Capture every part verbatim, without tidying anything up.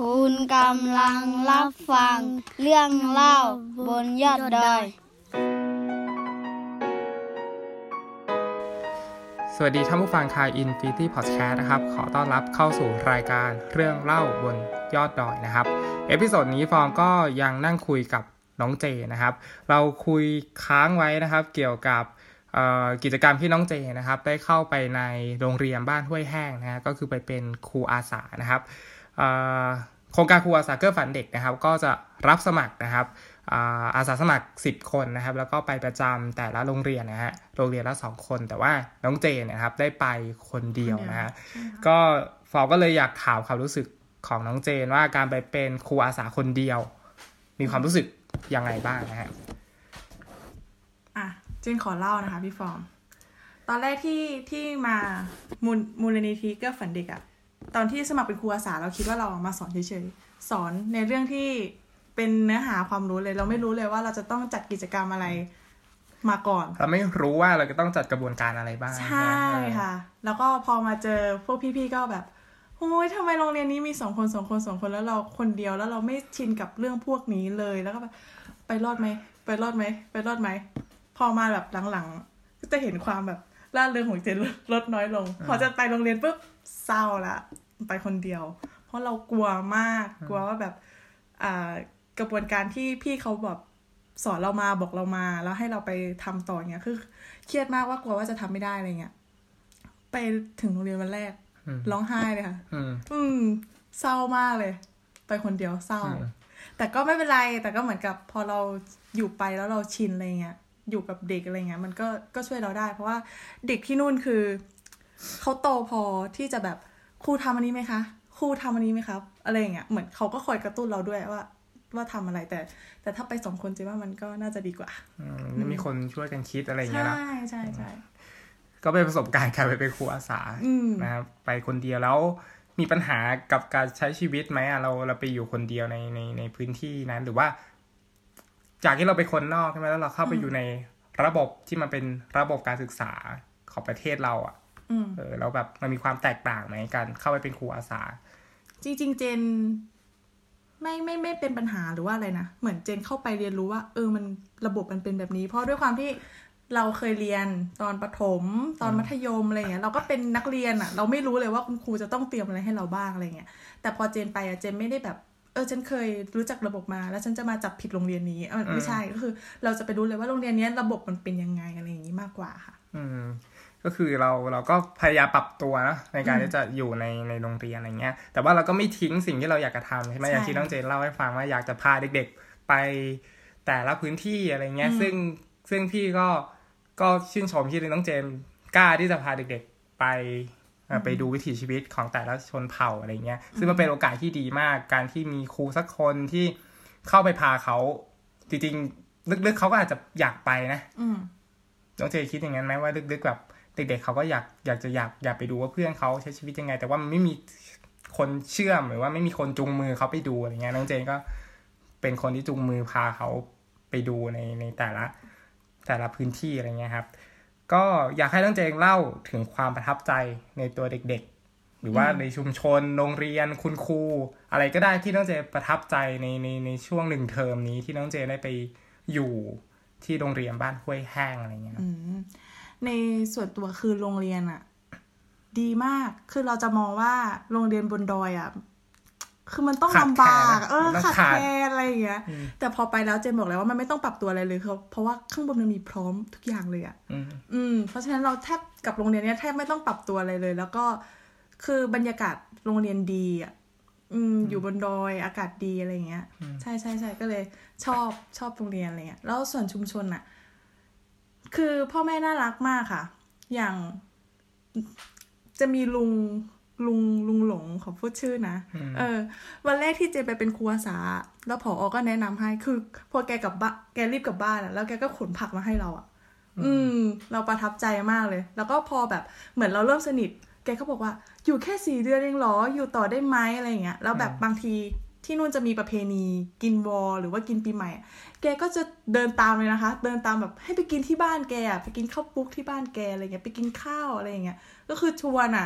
คุณกำลังรับฟังเรื่องเล่าบนยอดดอยสวัสดีท่านผู้ฟังคาย Infinity Podcast นะครับขอต้อนรับเข้าสู่รายการเรื่องเล่าบนยอดดอยนะครับเอพิโซดนี้ฟองก็ยังนั่งคุยกับน้องเจนะครับเราคุยค้างไว้นะครับเกี่ยวกับกิจกรรมที่น้องเจนะครับได้เข้าไปในโรงเรียนบ้านห้วยแห้งนะฮะก็คือไปเป็นครูอาสานะครับโครงการครูอาสาเกื้อฝันเด็กนะครับก็จะรับสมัครนะครับอาอาสาสมัครสิบคนนะครับแล้วก็ไปประจำแต่ละโรงเรียนนะฮะโรงเรียนละสองคนแต่ว่าน้องเจนะครับได้ไปคนเดียวนะฮะก็ฟอก็เลยอยากถามความรู้สึกของน้องเจนว่าการไปเป็นครูอาสาคนเดียวมีความรู้สึกยังไงบ้างนะฮะอ่ะเจนขอเล่านะคะพี่ฟอร์มตอนแรกที่ที่มามูลมูลนิธิเกื้อฝันเด็กอะตอนที่สมัครเป็นครูอาสาเราคิดว่าเรามาสอนเฉยๆสอนในเรื่องที่เป็นเนื้อหาความรู้เลยเราไม่รู้เลยว่าเราจะต้องจัดกิจกรรมอะไรมาก่อนเราไม่รู้ว่าเราจะต้องจัดกระบวนการอะไรบ้างใช่ค่ะแล้วก็พอมาเจอพวกพี่ๆก็แบบโอ้ยทำไมโรงเรียนนี้มีสองคนสองคนสองคนแล้วเราคนเดียวแล้วเราไม่ชินกับเรื่องพวกนี้เลยแล้วก็แบบไปรอดไหมไปรอดไหมไปรอดไหมพอมาแบบหลังๆก็จะเห็นความแบบร่าเริงของเจนลดน้อยลงพอจะไปโรงเรียนปุ๊บเศร้าละไปคนเดียวเพราะเรากลัวมากกลัวว่าแบบอ่ากระบวนการที่พี่เขาแบบสอนเรามาบอกเรามาแล้วให้เราไปทำต่อเงี้ยคือเครียดมากว่ากลัวว่าจะทำไม่ได้อะไรเงี้ยไปถึงโรงเรียนวันแรกร้องไห้เลยค่ะอืมเศร้ามากเลยไปคนเดียวเศร้าแต่ก็ไม่เป็นไรแต่ก็เหมือนกับพอเราอยู่ไปแล้วเราชินอะไรเงี้ยอยู่กับเด็กอะไรเงี้ยมันก็ก็ช่วยเราได้เพราะว่าเด็กที่นู่นคือเขาโตพอที่จะแบบครูทำอันนี้ไหมคะครูทำอันนี้ไหมครับอะไรเงี้ยเหมือนเขาก็คอยกระตุ้นเราด้วยว่าว่าทำอะไรแต่แต่ถ้าไปสองคนจริงว่ามันก็น่าจะดีกว่าอืมมีคนช่วยกันคิดอะไรอย่างเงี้ยนะใช่ใช่ใช่ก็เป็นประสบการณ์การไปเป็นครูอาสานะครับไปคนเดียวแล้วมีปัญหากับการใช้ชีวิตไหมอ่ะเราเราไปอยู่คนเดียวในในในพื้นที่นั้นหรือว่าจากที่เราไปคนนอกใช่ไหมแล้วเราเข้าไปอยู่ในระบบที่มันเป็นระบบการศึกษาของประเทศเราอ่ะเออแล้วแบบมันมีความแตกต่างไหมการเข้าไปเป็นครูอาสาจริงๆเจนไม่ไม่ไม่เป็นปัญหาหรือว่าอะไรนะเหมือนเจนเข้าไปเรียนรู้ว่าเออมันระบบมันเป็นแบบนี้เพราะด้วยความที่เราเคยเรียนตอนประถมตอนมัธยมอะไรเงี้ยเราก็เป็นนักเรียนอ่ะเราไม่รู้เลยว่าคุณครูจะต้องเตรียมอะไรให้เราบ้างอะไรเงี้ยแต่พอเจนไปอ่ะเจนไม่ได้แบบเออฉันเคยรู้จักระบบมาแล้วฉันจะมาจับผิดโรงเรียนนี้เออไม่ใช่ก็คือเราจะไปรู้เลยว่าโรงเรียนนี้ระบบมันเป็นยังไงอะไรอย่างนี้มากกว่าค่ะอืมก็คือเราเราก็พยายามปรับตัวนะในการที่จะอยู่ในในโรงเรียนอะไรเงี้ยแต่ว่าเราก็ไม่ทิ้งสิ่งที่เราอยากจะทำใช่ไหมอย่างที่น้องเจนเล่าให้ฟังว่าอยากจะพาเด็กๆไปแต่ละพื้นที่อะไรเงี้ยซึ่งซึ่งพี่ก็ก็ชื่นชมที่น้องเจนกล้าที่จะพาเด็กๆไปไปดูวิถีชีวิตของแต่ละชนเผ่าอะไรเงี้ยซึ่งมันเป็นโอกาสที่ดีมากการที่มีครูสักคนที่เข้าไปพาเขาจริงๆลึกๆเขาก็อาจจะอยากไปนะน้องเจนคิดอย่างนั้นไหมว่าลึกๆแบบเด็กๆเขาก็อยากอยากจะอยากอยากไปดูว่าเพื่อนเขาใช้ชีวิตยังไงแต่ว่ามันไม่มีคนเชื่อมหรือว่าไม่มีคนจูงมือเขาไปดูอะไรเงี้ยน้องเจนก็เป็นคนที่จูงมือพาเขาไปดูในในแต่ละแต่ละพื้นที่อะไรเงี้ยครับก็อยากให้น้องเจนเล่าถึงความประทับใจในตัวเด็กๆหรือว่าในชุมชนโรงเรียนคุณครูอะไรก็ได้ที่น้องเจนประทับใจในในในช่วงหนึ่งเทอมนี้ที่น้องเจนได้ไปอยู่ที่โรงเรียนบ้านห้วยแห้งอะไรเงี้ยในส่วนตัวคือโรงเรียนอะดีมากคือเราจะมองว่าโรงเรียนบนดอยอะคือมันต้องลำบากเออขาดแคลนอะไรอย่างเงี้ยแต่พอไปแล้วเจนบอกแล้วว่ามันไม่ต้องปรับตัวอะไรเลยเพราะว่าข้างบนมันมีพร้อมทุกอย่างเลยอะอืมเพราะฉะนั้นเราแทบกับโรงเรียนเนี้ยแทบไม่ต้องปรับตัวอะไรเลยแล้วก็คือบรรยากาศโรงเรียนดีอะอืมอยู่บนดอยอากาศดีอะไรอย่างเงี้ยใช่ใช่ใช่ก็เลยชอบชอบโรงเรียนอะไรเงี้ยแล้วส่วนชุมชนอะคือพ่อแม่น่ารักมากค่ะอย่างจะมีลุงลุงลุงหลงขอพูดชื่อนะเออวันแรกที่เจไปเป็นครูอาสาแล้วผอ.ก็แนะนำให้คือพอแกกลับบ้านแกรีบกลับบ้านแล้วแกก็ขนผักมาให้เราอ่ะอืมเราประทับใจมากเลยแล้วก็พอแบบเหมือนเราเริ่มสนิทแกก็บอกว่าอยู่แค่สี่เดือนเองเหรออยู่ต่อได้ไหมอะไรอย่างเงี้ยแล้วแบบบางทีที่นู่นจะมีประเพณีกินวอหรือว่ากินปีใหม่แกก็จะเดินตามเลยนะคะเดินตามแบบให้ไปกินที่บ้านแกอ่ะไปกินข้าวปุ๊กที่บ้านแกอะไรเงี้ยไปกินข้าวอะไรอย่างเงี้ยก็คือชวนอ่ะ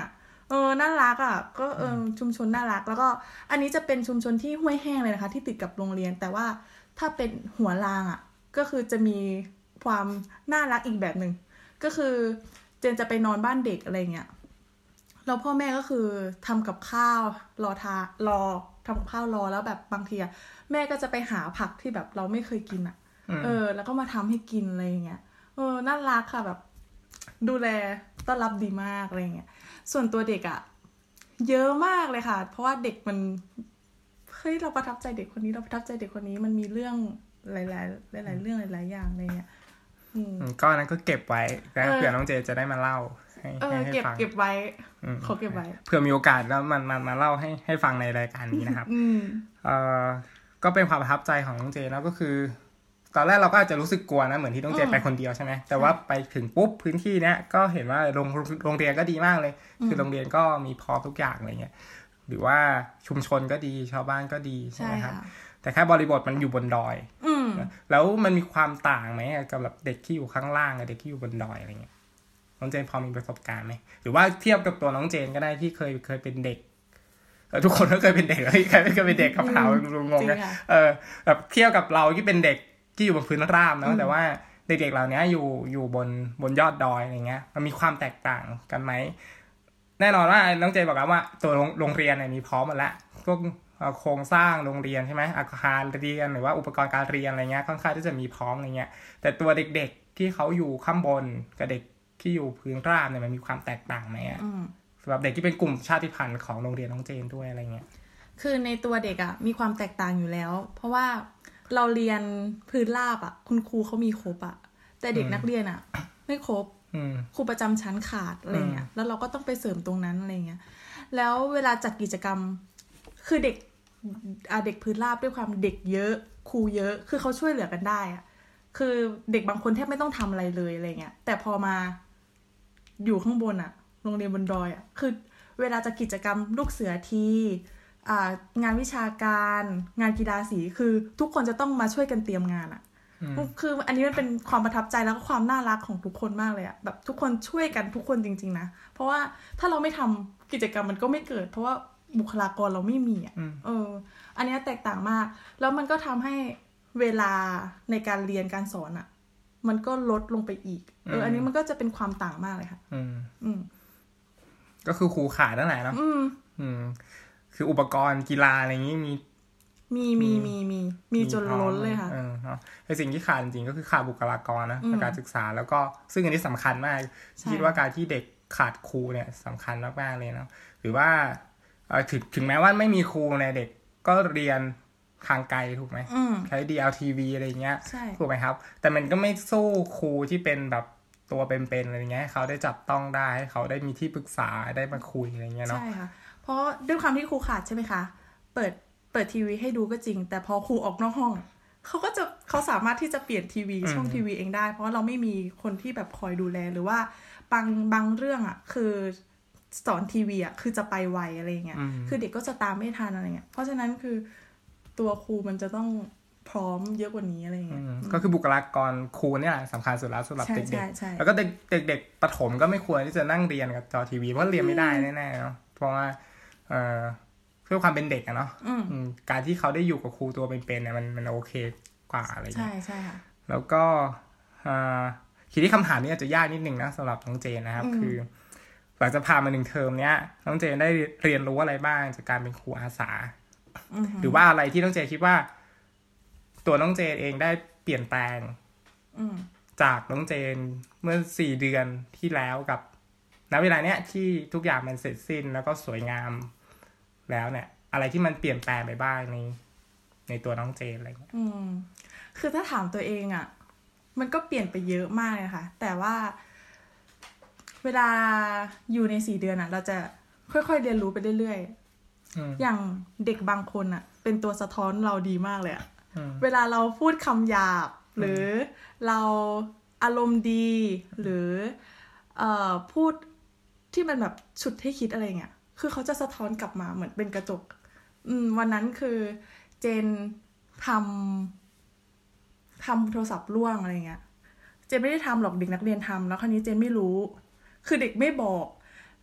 เออน่ารักอ่ะก็เออชุมชนน่ารักแล้วก็อันนี้จะเป็นชุมชนที่ห้วยแห้งเลยนะคะที่ติดกับโรงเรียนแต่ว่าถ้าเป็นหัวรางอ่ะก็คือจะมีความน่ารักอีกแบบหนึ่งก็คือเจนจะไปนอนบ้านเด็กอะไรเงี้ยแล้วพ่อแม่ก็คือทำกับข้าวรอทารอทำกับข้าวรอแล้วแบบบางทีอ่ะแม่ก็จะไปหาผักที่แบบเราไม่เคยกินอ่ะเออแล้วก็มาทำให้กินอะไรเงี้ยเออน่ารักค่ะแบบดูแลต้อนรับดีมากอะไรเงี้ยส่วนตัวเด็กอ่ะเยอะมากเลยค่ะเพราะว่าเด็กมันเฮ้ยเราประทับใจเด็กคนนี้เราประทับใจเด็กคนนี้มันมีเรื่องหลายๆหลายๆเรื่องหลายๆอย่างอะไรเงี้ยก็นั้นก็เก็บไว้แล้วเผื่อน้องเจจะได้มาเล่าให้ให้ฟังเก็บไว้เขาเก็บไว้เผื่อมีโอกาสแล้วมันมันมาเล่าให้ให้ฟังในรายการนี้นะครับเอ่อก็เป็นความประทับใจของน้องเจแล้วก็คือตอนแรกเราก็อาจจะรู้สึกกลัวนะเหมือนที่น้องเจไปคนเดียวใช่ไหมแต่ว่าไปถึงปุ๊บพื้นที่เนี้ยก็เห็นว่าโรงโรงเรียนก็ดีมากเลยคือโรงเรียนก็มีพร้อมทุกอย่างอะไรเงี้ยหรือว่าชุมชนก็ดีชาวบ้านก็ดีใช่ไหมครับแต่แค่บริบทมันอยู่บนดอยแล้วมันมีความต่างไหมกับแบบเด็กที่อยู่ข้างล่างกับเด็กที่อยู่บนดอยอะไรเงี้ยน้องเจนพอมีประสบการณ์ไหมหรือว่าเทียบกับตัวน้องเจนก็ได้ที่เคยเคยเป็นเด็กทุกคนก็เคยเป็นเด็กใครไม่เคยเป็นเด็กคำถามงงนะเออแบบเทียบกับเราที่เป็นเด็กที่อยู่บนพื้นราบนะแต่ว่าเด็กๆเหล่านี้อยู่อยู่บนบนยอดดอยอะไรเงี้ยมันมีความแตกต่างกันไหมแน่นอนว่าน้องเจนบอกว่าตัวโรงเรียนเนี่ยมีพร้อมหมดแล้วพวกโครงสร้างโรงเรียนใช่ไหมอาคารเรียนหรือว่าอุปกรณ์การเรียนอะไรเงี้ยค่อนข้างที่จะมีพร้อมอะไรเงี้ยแต่ตัวเด็กๆที่เขาอยู่ข้างบนกับเด็กที่อยู่พื้นราบเนี่ยมันมีความแตกต่างไหมอ่ะสำหรับเด็กที่เป็นกลุ่มชาติพันธุ์ของโรงเรียนน้องเจนด้วยอะไรเงี้ยคือในตัวเด็กอ่ะมีความแตกต่างอยู่แล้วเพราะว่าเราเรียนพื้นราบอ่ะคุณครูเขามีครบอ่ะแต่เด็กนักเรียนอ่ะไม่ครบครูประจำชั้นขาดอะไรเงี้ยแล้วเราก็ต้องไปเสริมตรงนั้นอะไรเงี้ยแล้วเวลาจัดกิจกรรมคือเด็กอ่ะเด็กพื้นราบด้วยความเด็กเยอะครูเยอะคือเขาช่วยเหลือกันได้อ่ะคือเด็กบางคนแทบไม่ต้องทำอะไรเลยอะไรเงี้ยแต่พอมาอยู่ข้างบนอ่ะโรงเรียนบนดอยอ่ะคือเวลาจะกิจกรรมลูกเสือทีอ่างานวิชาการงานกีฬาสีคือทุกคนจะต้องมาช่วยกันเตรียมงานอ่ะคืออันนี้มันเป็นความประทับใจแล้วก็ความน่ารักของทุกคนมากเลยอ่ะแบบทุกคนช่วยกันทุกคนจริงๆนะเพราะว่าถ้าเราไม่ทำกิจกรรมมันก็ไม่เกิดเพราะว่าบุคลากรเราไม่มีอ่ะเอออันนี้แตกต่างมากแล้วมันก็ทำให้เวลาในการเรียนการสอนอ่ะมันก็ลดลงไปอีกเอออันนี้มันก็จะเป็นความต่างมากเลยค่ะอืมอืมก็คือครูขาดนั่นแหละเนาะอืมอืมคืออุปกรณ์กีฬาอะไรอย่างนี้มีมีมีมีมีมีจนล้นเลยค่ะเออเนาะไอ้สิ่งที่ขาดจริงๆก็คือขาดบุคลากรนะในการศึกษาแล้วก็ซึ่งอันนี้สำคัญมากคิดว่าการที่เด็กขาดครูเนี่ยสำคัญมากๆเลยเนาะหรือว่าถึงถึงแม้ว่าไม่มีครูเนี่ยเด็กก็เรียนทางไกลถูกไหมใช้ ดี แอล ที วี อะไรเงี้ยถูกไหมครับแต่มันก็ไม่สู้ครูที่เป็นแบบตัวเป็นๆอะไรเงี้ยเขาได้จับต้องได้เขาได้มีที่ปรึกษาได้มาคุยอะไรเงี้ยเนาะใช่ค่ะเพราะด้วยความที่ครูขาดใช่ไหมคะเปิดเปิดทีวีให้ดูก็จริงแต่พอครูออกนอกห้องเขาก็จะเขาสามารถที่จะเปลี่ยนทีวีช่องทีวีเองได้เพราะว่าเราไม่มีคนที่แบบคอยดูแลหรือว่าบางบางเรื่องอ่ะคือสอนทีวีอ่ะคือจะไปไวอะไรเงี้ยคือเด็กก็จะตามไม่ทันอะไรเงี้ยเพราะฉะนั้นคือตัวครูมันจะต้องพร้อมเยอะกว่านี้อะไรเงี้ยก็คือบุคลากรครูเนี่ยสำคัญสุดแล้วสำหรับเด็กๆแล้วก็เด็กเด็กๆประถมก็ไม่ควรที่จะนั่งเรียนกับจอทีวีเพราะเรียนไม่ได้แน่ๆเนาะเพราะว่าเอ่อเพื่อความเป็นเด็กอะเนาะการที่เขาได้อยู่กับครูตัวเป็นๆเนี่ยมันมันโอเคกว่าอะไรอย่างเงี้ยใช่ใช่ค่ะแล้วก็คิดที่คำถามนี้อาจจะยากนิดนึงนะสำหรับน้องเจนนะครับคือหลังจากผ่านมาหนึ่งเทอมเนี้ยน้องเจนได้เรียนรู้อะไรบ้างจากการเป็นครูอาสาหรือว่าอะไรที่น้องเจนคิดว่าตัวน้องเจนเองได้เปลี่ยนแปลงจากน้องเจนเมื่อสี่เดือนที่แล้วกับณเวลาเนี้ยที่ทุกอย่างมันเสร็จสิ้นแล้วก็สวยงามแล้วเนี่ยอะไรที่มันเปลี่ยนแปลงไปบ้างในในตัวน้องเจนอะไรเงี้ยอืมคือถ้าถามตัวเองอ่ะมันก็เปลี่ยนไปเยอะมากเลยค่ะแต่ว่าเวลาอยู่ในสี่เดือนอ่ะเราจะค่อยๆเรียนรู้ไปเรื่อยๆอย่างเด็กบางคนอ่ะเป็นตัวสะท้อนเราดีมากเลยอ่ะเวลาเราพูดคำหยาบหรือเราอารมณ์ดีหรือเอ่อพูดที่มันแบบฉุดให้คิดอะไรเงี้ยคือเขาจะสะท้อนกลับมาเหมือนเป็นกระจกอืมวันนั้นคือเจนทำทำโทรศัพท์ร่วงอะไรเงี้ยเจนไม่ได้ทำหรอกเด็กนักเรียนทำแล้วคราวนี้เจนไม่รู้คือเด็กไม่บอก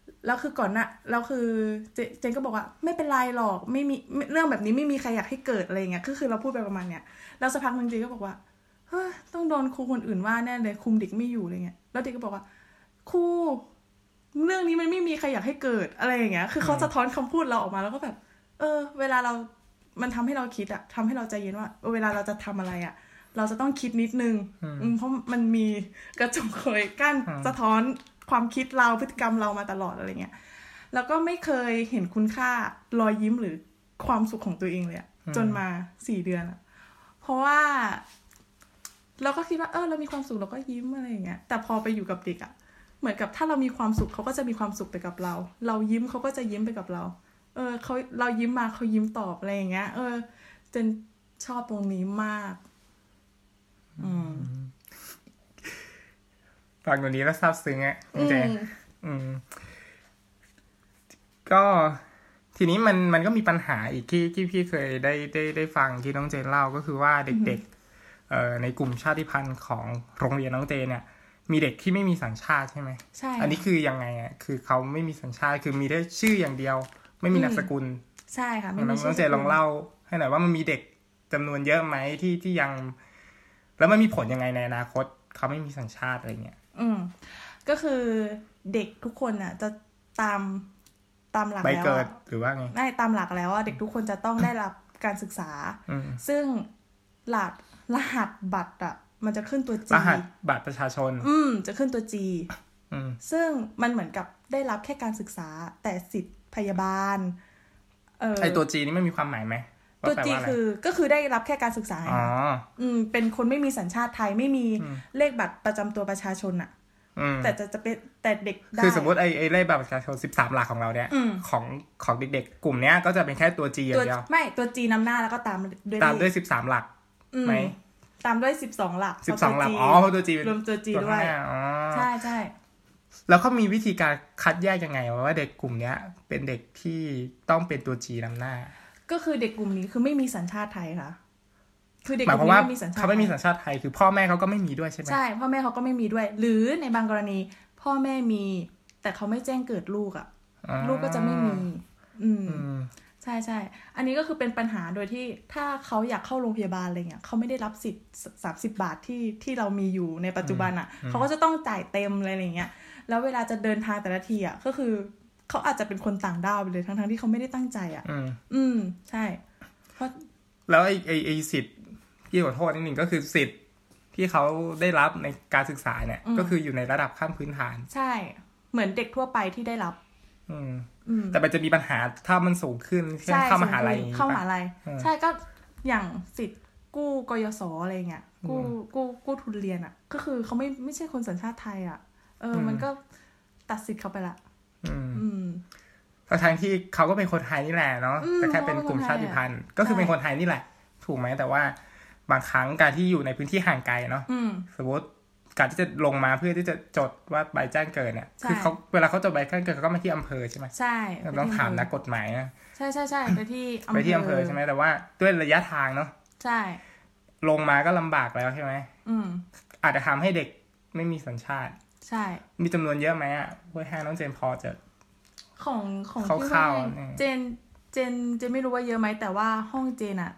แล้วคือก่อนน่ะแล้วคือเจเจนก็บอกว่าไม่เป็นไรหรอกไม่มีเรื่องแบบนี้ไม่มีใครอยากให้เกิดอะไรเงี้ยก็คือเราพูดไปประมาณเนี้ยแล้วสักพักนึงเจนก็บอกว่าเฮ้ยต้องโดนครูคนอื่นว่าแน่เลยคุมเด็กไม่อยู่อะไรเงี้ยแล้วเด็กก็บอกว่าครูเรื่องนี้มันไม่มีใครอยากให้เกิดอะไรอย่างเงี้ยคือเขาสะท้อนคำพูดเราออกมาแล้วก็แบบเออเวลาเรามันทำให้เราคิดอะทำให้เราใจเย็นว่าเวลาเราจะทำอะไรอะเราจะต้องคิดนิดนึงเพราะมันมีกระจกคอยกั้นสะท้อนความคิดเราพฤติกรรมเรามาตลอดอะไรเงี้ยแล้วก็ไม่เคยเห็นคุณค่ารอยยิ้มหรือความสุขของตัวเองเลยอะจนมาสี่เดือนอะเพราะว่าเราก็คิดว่าเออเรามีความสุขเราก็ยิ้มอะไรอย่างเงี้ยแต่พอไปอยู่กับเด็กอะเหมือนกับถ้าเรามีความสุขเขาก็จะมีความสุขไปกับเราเรายิ้มเขาก็จะยิ้มไปกับเราเออเขาเรายิ้มมาเขายิ้มตอบอะไรอย่างเงี้ยเออเจนชอบตรงนี้มากอืมฟังตรงนี้แล้วซาบซึ้งอ่ะจริงๆอืมก็ทีนี้มันมันก็มีปัญหาอีกที่ที่พี่เคยได้ได้ได้ฟังที่น้องเจนเล่าก็คือว่าเด็กๆเอ่อในกลุ่มชาติพันธุ์ของโรงเรียนน้องเจนเนี่ยมีเด็กที่ไม่มีสัญชาติใช่ไหมใช่อันนี้คือยังไงอ่ะคือเขาไม่มีสัญชาติคือมีได้ชื่ออย่างเดียวไม่มีนามสกุลใช่ค่ะไม่มีน้องเจนลองเล่าให้หน่อยว่ามันมีเด็กจำนวนเยอะไหมที่ที่ยังแล้วมันมีผลยังไงในอนาคตเขาไม่มีสัญชาติอะไรเงี้ยอืมก็คือเด็กทุกคนอ่ะจะตามตามหลักแล้วใบเกิดหรือว่าไงไม่ตามหลักแล้วอ่ะเด็กทุกคนจะต้องได้รับการศึกษาซึ่งหลักรหัสบัตรอ่ะมันจะขึ้นตัว G รหัสบัตรประชาชนอืมจะขึ้นตัว G ซึ่งมันเหมือนกับได้รับแค่การศึกษาแต่สิทธิพยาบาลเออไอตัว G นี่ไม่มีความหมายไหมตัว G คือก็คือได้รับแค่การศึกษาอ๋ออืมเป็นคนไม่มีสัญชาติไทยไม่มีเลขบัตรประจำตัวประชาชนอ่ะแต่จะจะเป็นแต่เด็กได้คือสมมติไอไอเลขบัตรประชาชนสิบสามหลักของเราเนี่ยของของเด็กๆกลุ่มเนี้ยก็จะเป็นแค่ตัว G อย่างเดียวไม่ตัว G นำหน้าแล้วก็ตามด้วยตามด้วยสิบสามหลักไหมตามด้วยสิบสองหลักสิบสองหลักอ๋อเพราะตัว G รวมตัว G ด้วยใช่ใช่แล้วเขามีวิธีการคัดแยกยังไงว่าเด็กกลุ่มเนี้ยเป็นเด็กที่ต้องเป็นตัว G นำหน้าก็คือเด็กกลุ่มนี้คือไม่มีสัญชาติไทยค่ะคือเด็กกลุ่มนี้ไม่มีสัญชาติเขาไม่มีสัญชาติไทยคือพ่อแม่เขาก็ไม่มีด้วยใช่ไหมใช่พ่อแม่เขาก็ไม่มีด้วยหรือในบางกรณีพ่อแม่มีแต่เขาไม่แจ้งเกิดลูกอ่ะลูกก็จะไม่มีอืมใช่ใช่อันนี้ก็คือเป็นปัญหาโดยที่ถ้าเขาอยากเข้าโรงพยาบาลอะไรเงี้ยเขาไม่ได้รับสิทธิ์สามสิบบาทที่ที่เรามีอยู่ในปัจจุบันอ่ะเขาก็จะต้องจ่ายเต็มอะไรอย่างเงี้ยแล้วเวลาจะเดินทางแต่ละทีอ่ะก็คือเขาอาจจะเป็นคนต่างด้าวไปเลยทั้งๆที่เขาไม่ได้ตั้งใจอ่ะอืมใช่เพราะแล้วไอ้ไอ้ไอ้สิทธิ์ที่ขอโทษนิดนึงก็คือสิทธิ์ที่เขาได้รับในการศึกษาเนี่ยก็คืออยู่ในระดับขั้นพื้นฐานใช่เหมือนเด็กทั่วไปที่ได้รับอืมแต่มันจะมีปัญหาถ้ามันสูงขึ้นเช่นเข้ามหาลัยเข้ามหาลัยใช่ก็อย่างสิทธิ์กู้กยศอะไรเงี้ยกู้กู้กู้ทุนเรียนอ่ะก็คือเขาไม่ไม่ใช่คนสัญชาติไทยอ่ะเออมันก็ตัดสิทธิ์เขาไปละอืมทั้งที่เขาก็เป็นคนไทยนี่แหละเนาะแต่แค่เป็นกลุ่มชาติพันธุ์ก็คือเป็นคนไทยนี่แหละถูกไหมแต่ว่าบางครั้งการที่อยู่ในพื้นที่ห่างไกลเนาะสมมติการที่จะลงมาเพื่อที่จะจดว่าใบแจ้งเกิดเนี่ยคือเขาเวลาเขาจดใบแจ้งเกิดเขาก็มาที่อำเภอใช่ไหมใช่ต้องถามนักกฎหมายนะใช่ใช่ใช่ไปที่อำเภอไปที่อำเภอใช่ไหมแต่ว่าด้วยระยะทางเนาะใช่ลงมาก็ลำบากแล้วใช่ไหมอืมอาจจะทำให้เด็กไม่มีสัญชาติใช่มีจำนวนเยอะไหมอ่ะเพื่อให้น้องเจนพอจะของของที่ว่าเจนเจนเจนไม่รู้ว่าเยอะไหมแต่ว่าห้องเจนอะ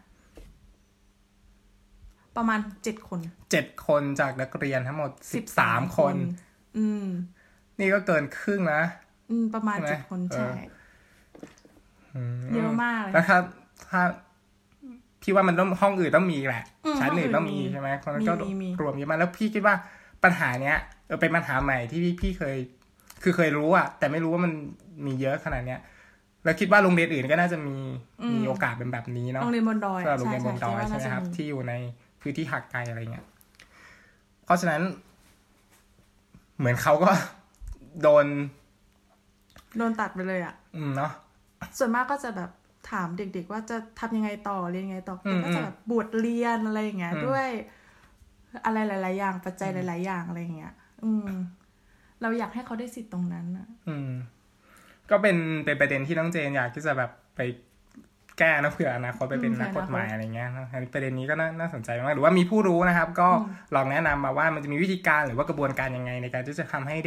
ประมาณเจ็ดคนเจ็ดคนจากนักเรียนทั้งหมดสิบสามคนอืมนี่ก็เกินครึ่งนะอืมประมาณเจ็ดคนใช่เยอะมากเลยแล้วถ้าถ้าพี่ว่ามันต้องห้องอื่นต้องมีแหละชั้นอื่นต้องมีใช่ไหมคนก็รวมเยอะมากแล้วพี่คิดว่าปัญหาเนี้ยเออเป็นปัญหาใหม่ที่พี่เคยคือเคยรู้อะแต่ไม่รู้ว่ามันมีเยอะขนาดเนี้ยแล้วคิดว่าโรงเรียนอื่นก็น่าจะมีมีโอกาสเป็นแบบนี้เนาะโรงเรียนบนดอยโรงเรียนบนดอยใช่ไหมครับที่อยู่ในพื้นที่ห่างไกลอะไรเงี้ยเพราะฉะนั้นเหมือนเขาก็โดนโดนตัดไปเลยอ่ะอืมเนาะส่วนมากก็จะแบบถามเด็กๆว่าจะทำยังไงต่อเรียนยังไงต่อแต่ก็จะแบบบวชเรียนอะไรอย่างเงี้ยด้วยอะไรหลายๆอย่างปัจจัยหลายๆอย่างอะไรอย่างเงี้ยอืมเราอยากให้เขาได้สิทธิ์ตรงนั้นอ่ะอืมก็เป็นเป็นประเด็นที่น้องเจนอยากที่จะแบบไปแก้นะเผื่ออนาคตไปเป็นนักกฎหมายอะไรเงี้ยนะประเด็นนี้ก็น่าสนใจมากหรือว่ามีผู้รู้นะครับก็ลองแนะนำมาว่ามันจะมีวิธีการหรือว่ากระบวนการยังไงในการที่จะทำให้เด็ก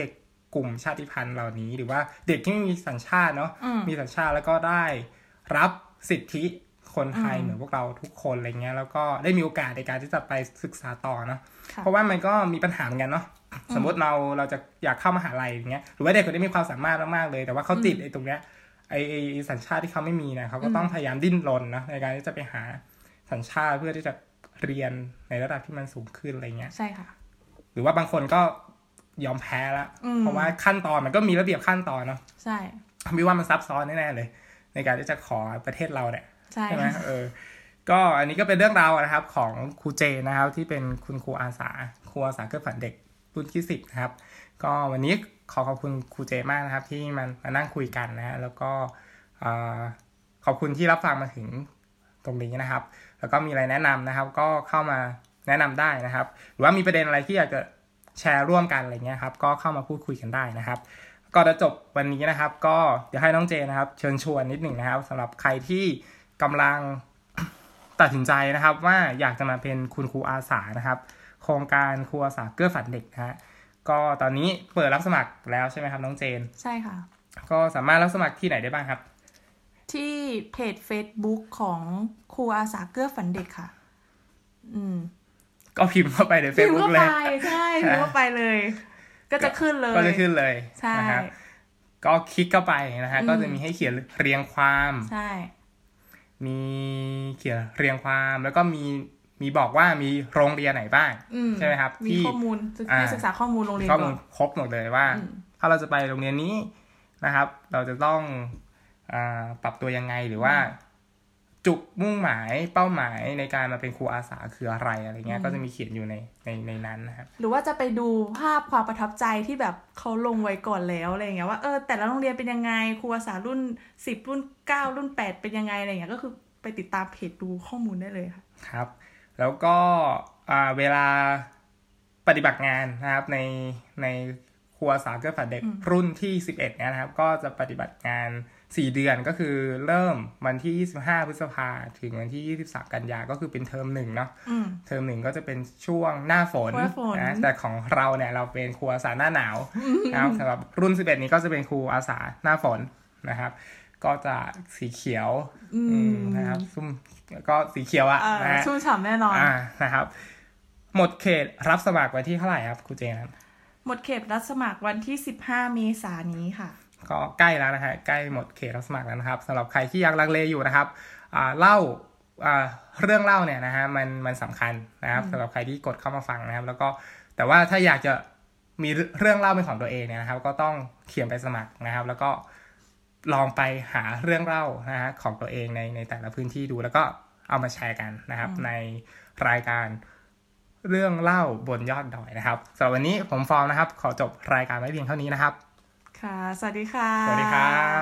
กลุ่มชาติพันธุ์เหล่านี้หรือว่าเด็กที่ไม่มีสัญชาติเนาะมีสัญชาติแล้วก็ได้รับสิทธิคนไทยเหมือนพวกเราทุกคนอะไรเงี้ยแล้วก็ได้มีโอกาสในการที่จะไปศึกษาต่อเนาะเพราะว่ามันก็มีปัญหาเหมือนกันเนาะสมมติเราเราจะอยากเข้ามหาลัยอย่างเงี้ยหรือว่าเด็กคนนี้มีความสามารถมากๆเลยแต่ว่าเขาติดไอ้ตรงเนี้ยไอ้สัญชาติที่เขาไม่มีนะเขาก็ต้องพยายามดิ้นรนนะในการที่จะไปหาสัญชาติเพื่อที่จะเรียนในระดับที่มันสูงขึ้นอะไรเงี้ยใช่ค่ะหรือว่าบางคนก็ยอมแพ้แล้วเพราะว่าขั้นตอนมันก็มีระเบียบขั้นตอนเนาะใช่ไม่ว่ามันซับซ้อนแน่ๆเลยในการที่จะขอประเทศเราเนี่ยใช่ไหมเออก็อันนี้ก็เป็นเรื่องราวนะครับของครูเจนะครับที่เป็นคุณครูอาสาครูอาสาเพื่อฝันเด็กรุ่นที่สิบนะครับก็วันนี้ขอขอบคุณครูเจมากนะครับที่มันมานั่งคุยกันนะแล้วก็ขอบคุณที่รับฟังมาถึงตรงนี้นะครับแล้วก็มีอะไรแนะนำนะครับก็เข้ามาแนะนำได้นะครับหรือว่ามีประเด็นอะไรที่อยากจะแชร์ร่วมกันอะไรเงี้ยครับก็เข้ามาพูดคุยกันได้นะครับก่อนจะจบวันนี้นะครับก็เดี๋ยวให้น้องเจนะครับเชิญชวนนิดหนึ่งนะครับสำหรับใครที่กำลังตัดสินใจนะครับว่าอยากจะมาเป็นคุณครูอาสานะครับโครงการครูอาสาเกื้อฝันเด็กนะฮะก็ตอนนี้เปิดรับสมัครแล้วใช่ไหมครับน้องเจนใช่ค่ะก็สามารถรับสมัครที่ไหนได้บ้างครับที่เพจ Facebook ของครูอาสาเกื้อฝันเด็กค่ะอืมก็พิมพ์เข้าไปใน Facebook เลยใช่พิมพ์เข้าไปเลยก็จะขึ้นเลยก็จะขึ้นเลยใช่นะครับก็คลิกเข้าไปนะฮะก็จะมีให้เขียนเรียงความใช่มีเขียนเรียงความแล้วก็มีมีบอกว่ามีโรงเรียนไหนบ้างใช่ไหมครับมีข้อมูลให้ศึกษาข้อมูลโรงเรียนข้อมูลครบหมดเลยว่าถ้าเราจะไปโรงเรียนนี้นะครับเราจะต้องอ่าปรับตัวยังไงหรือว่าจุดมุ่งหมายเป้าหมายในการมาเป็นครูอาสาคืออะไรอะไรเงี้ยก็จะมีเขียนอยู่ในในในนั้นนะครับหรือว่าจะไปดูภาพความประทับใจที่แบบเขาลงไว้ก่อนแล้วอะไรเงี้ยว่าเออแต่ละโรงเรียนเป็นยังไงครูอาสารุ่นสิบรุ่นเก้ารุ่นแปดเป็นยังไงอะไรเงี้ยก็คือไปติดตามเพจดูข้อมูลได้เลยค่ะครับแล้วก็อ่าเวลาปฏิบัติงานนะครับในในครูอาสาเกื้อฝันเด็กรุ่นที่สิบเอ็ดเนี่ยนะครับก็จะปฏิบัติงานสี่เดือนก็คือเริ่มวันที่ยี่สิบห้าพฤษภาถึงวันที่ยี่สิบสามกันยาก็คือเป็นเทอมหนึ่งเนาะเทอมหนึ่งก็จะเป็นช่วงหน้าฝนนะแต่ของเราเนี่ยเราเป็นครูอาสาหน้าหนาวนะครับสำหรับรุ่นสิบเอ็ดนี้ก็จะเป็นครูอาสาหน้าฝนนะครับก็จะสีเขียวนะครับซุ่มก็สีเขียวอะนะชุ่มฉ่ำแน่นอนอ่านะครับหมดเขตรับสมัครวันที่เท่าไหร่ครับครูเจนครับหมดเขตรับสมัครวันที่สิบห้าเมษายนนี้ค่ะก็ใกล้แล้วนะฮะใกล้หมดเขตรับสมัครแล้วนะครับสำหรับใครที่ยังลังเลอยู่นะครับอ่าเล่าอ่าเรื่องเล่าเนี่ยนะฮะมันมันสำคัญนะครับสำหรับใครที่กดเข้ามาฟังนะครับแล้วก็แต่ว่าถ้าอยากจะมีเรื่องเล่าเป็นของตัวเองเนี่ยนะครับก็ต้องเขียนไปสมัครนะครับแล้วก็ลองไปหาเรื่องเล่านะฮะของตัวเองในในแต่ละพื้นที่ดูแล้วก็เอามาแชร์กันนะครับในรายการเรื่องเล่าบนยอดดอยนะครับสำหรับวันนี้ผมฟอร์มนะครับขอจบรายการไว้เพียงเท่านี้นะครับค่ะสวัสดีค่ะสวัสดีครับ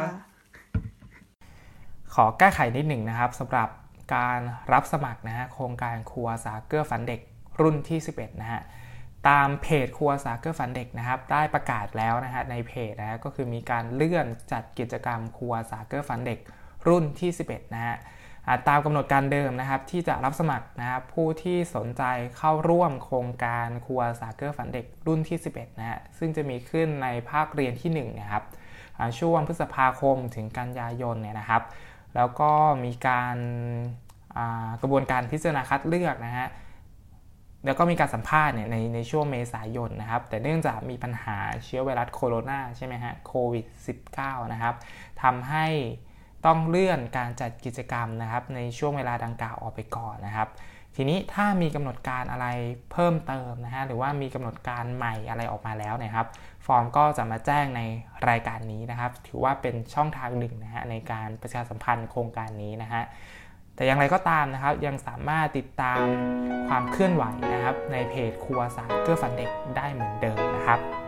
ขอแก้ไขนิดหนึ่งนะครับสำหรับการรับสมัครนะฮะโครงการครูอาสาเกื้อฝันเด็กรุ่นที่สิบเอ็ดนะฮะตามเพจครูอาสาเกื้อฝันเด็กนะครับได้ประกาศแล้วนะฮะในเพจนะก็คือมีการเลื่อนจัดกิจกรรมครูอาสาเกื้อฝันเด็กรุ่นที่สิบเอ็ดนะฮะตามกำหนดการเดิมนะครับที่จะรับสมัครนะครับผู้ที่สนใจเข้าร่วมโครงการครูอาสาเกื้อฝันเด็กรุ่นที่สิบเอ็ดนะฮะซึ่งจะมีขึ้นในภาคเรียนที่หนึ่งนะครับช่วงพฤษภาคมถึงกันยายนเนี่ยนะครับแล้วก็มีการกระบวนการพิจารณาคัดเลือกนะฮะแล้วก็มีการสัมภาษณ์เนี่ยในในช่วงเมษายนนะครับแต่เนื่องจากมีปัญหาเชื้อไวรัสโคโรนาใช่ไหมฮะโควิด สิบเก้า นะครับทำให้ต้องเลื่อนการจัดกิจกรรมนะครับในช่วงเวลาดังกล่าวออกไปก่อนนะครับทีนี้ถ้ามีกำหนดการอะไรเพิ่มเติมนะฮะหรือว่ามีกำหนดการใหม่อะไรออกมาแล้วนะครับฟอร์มก็จะมาแจ้งในรายการนี้นะครับถือว่าเป็นช่องทางหนึ่งนะฮะในการประชาสัมพันธ์โครงการนี้นะฮะแต่อย่างไรก็ตามนะครับยังสามารถติดตามความเคลื่อนไหวนะครับในเพจครูอาสาเกื้อฝันเด็กได้เหมือนเดิมนะครับ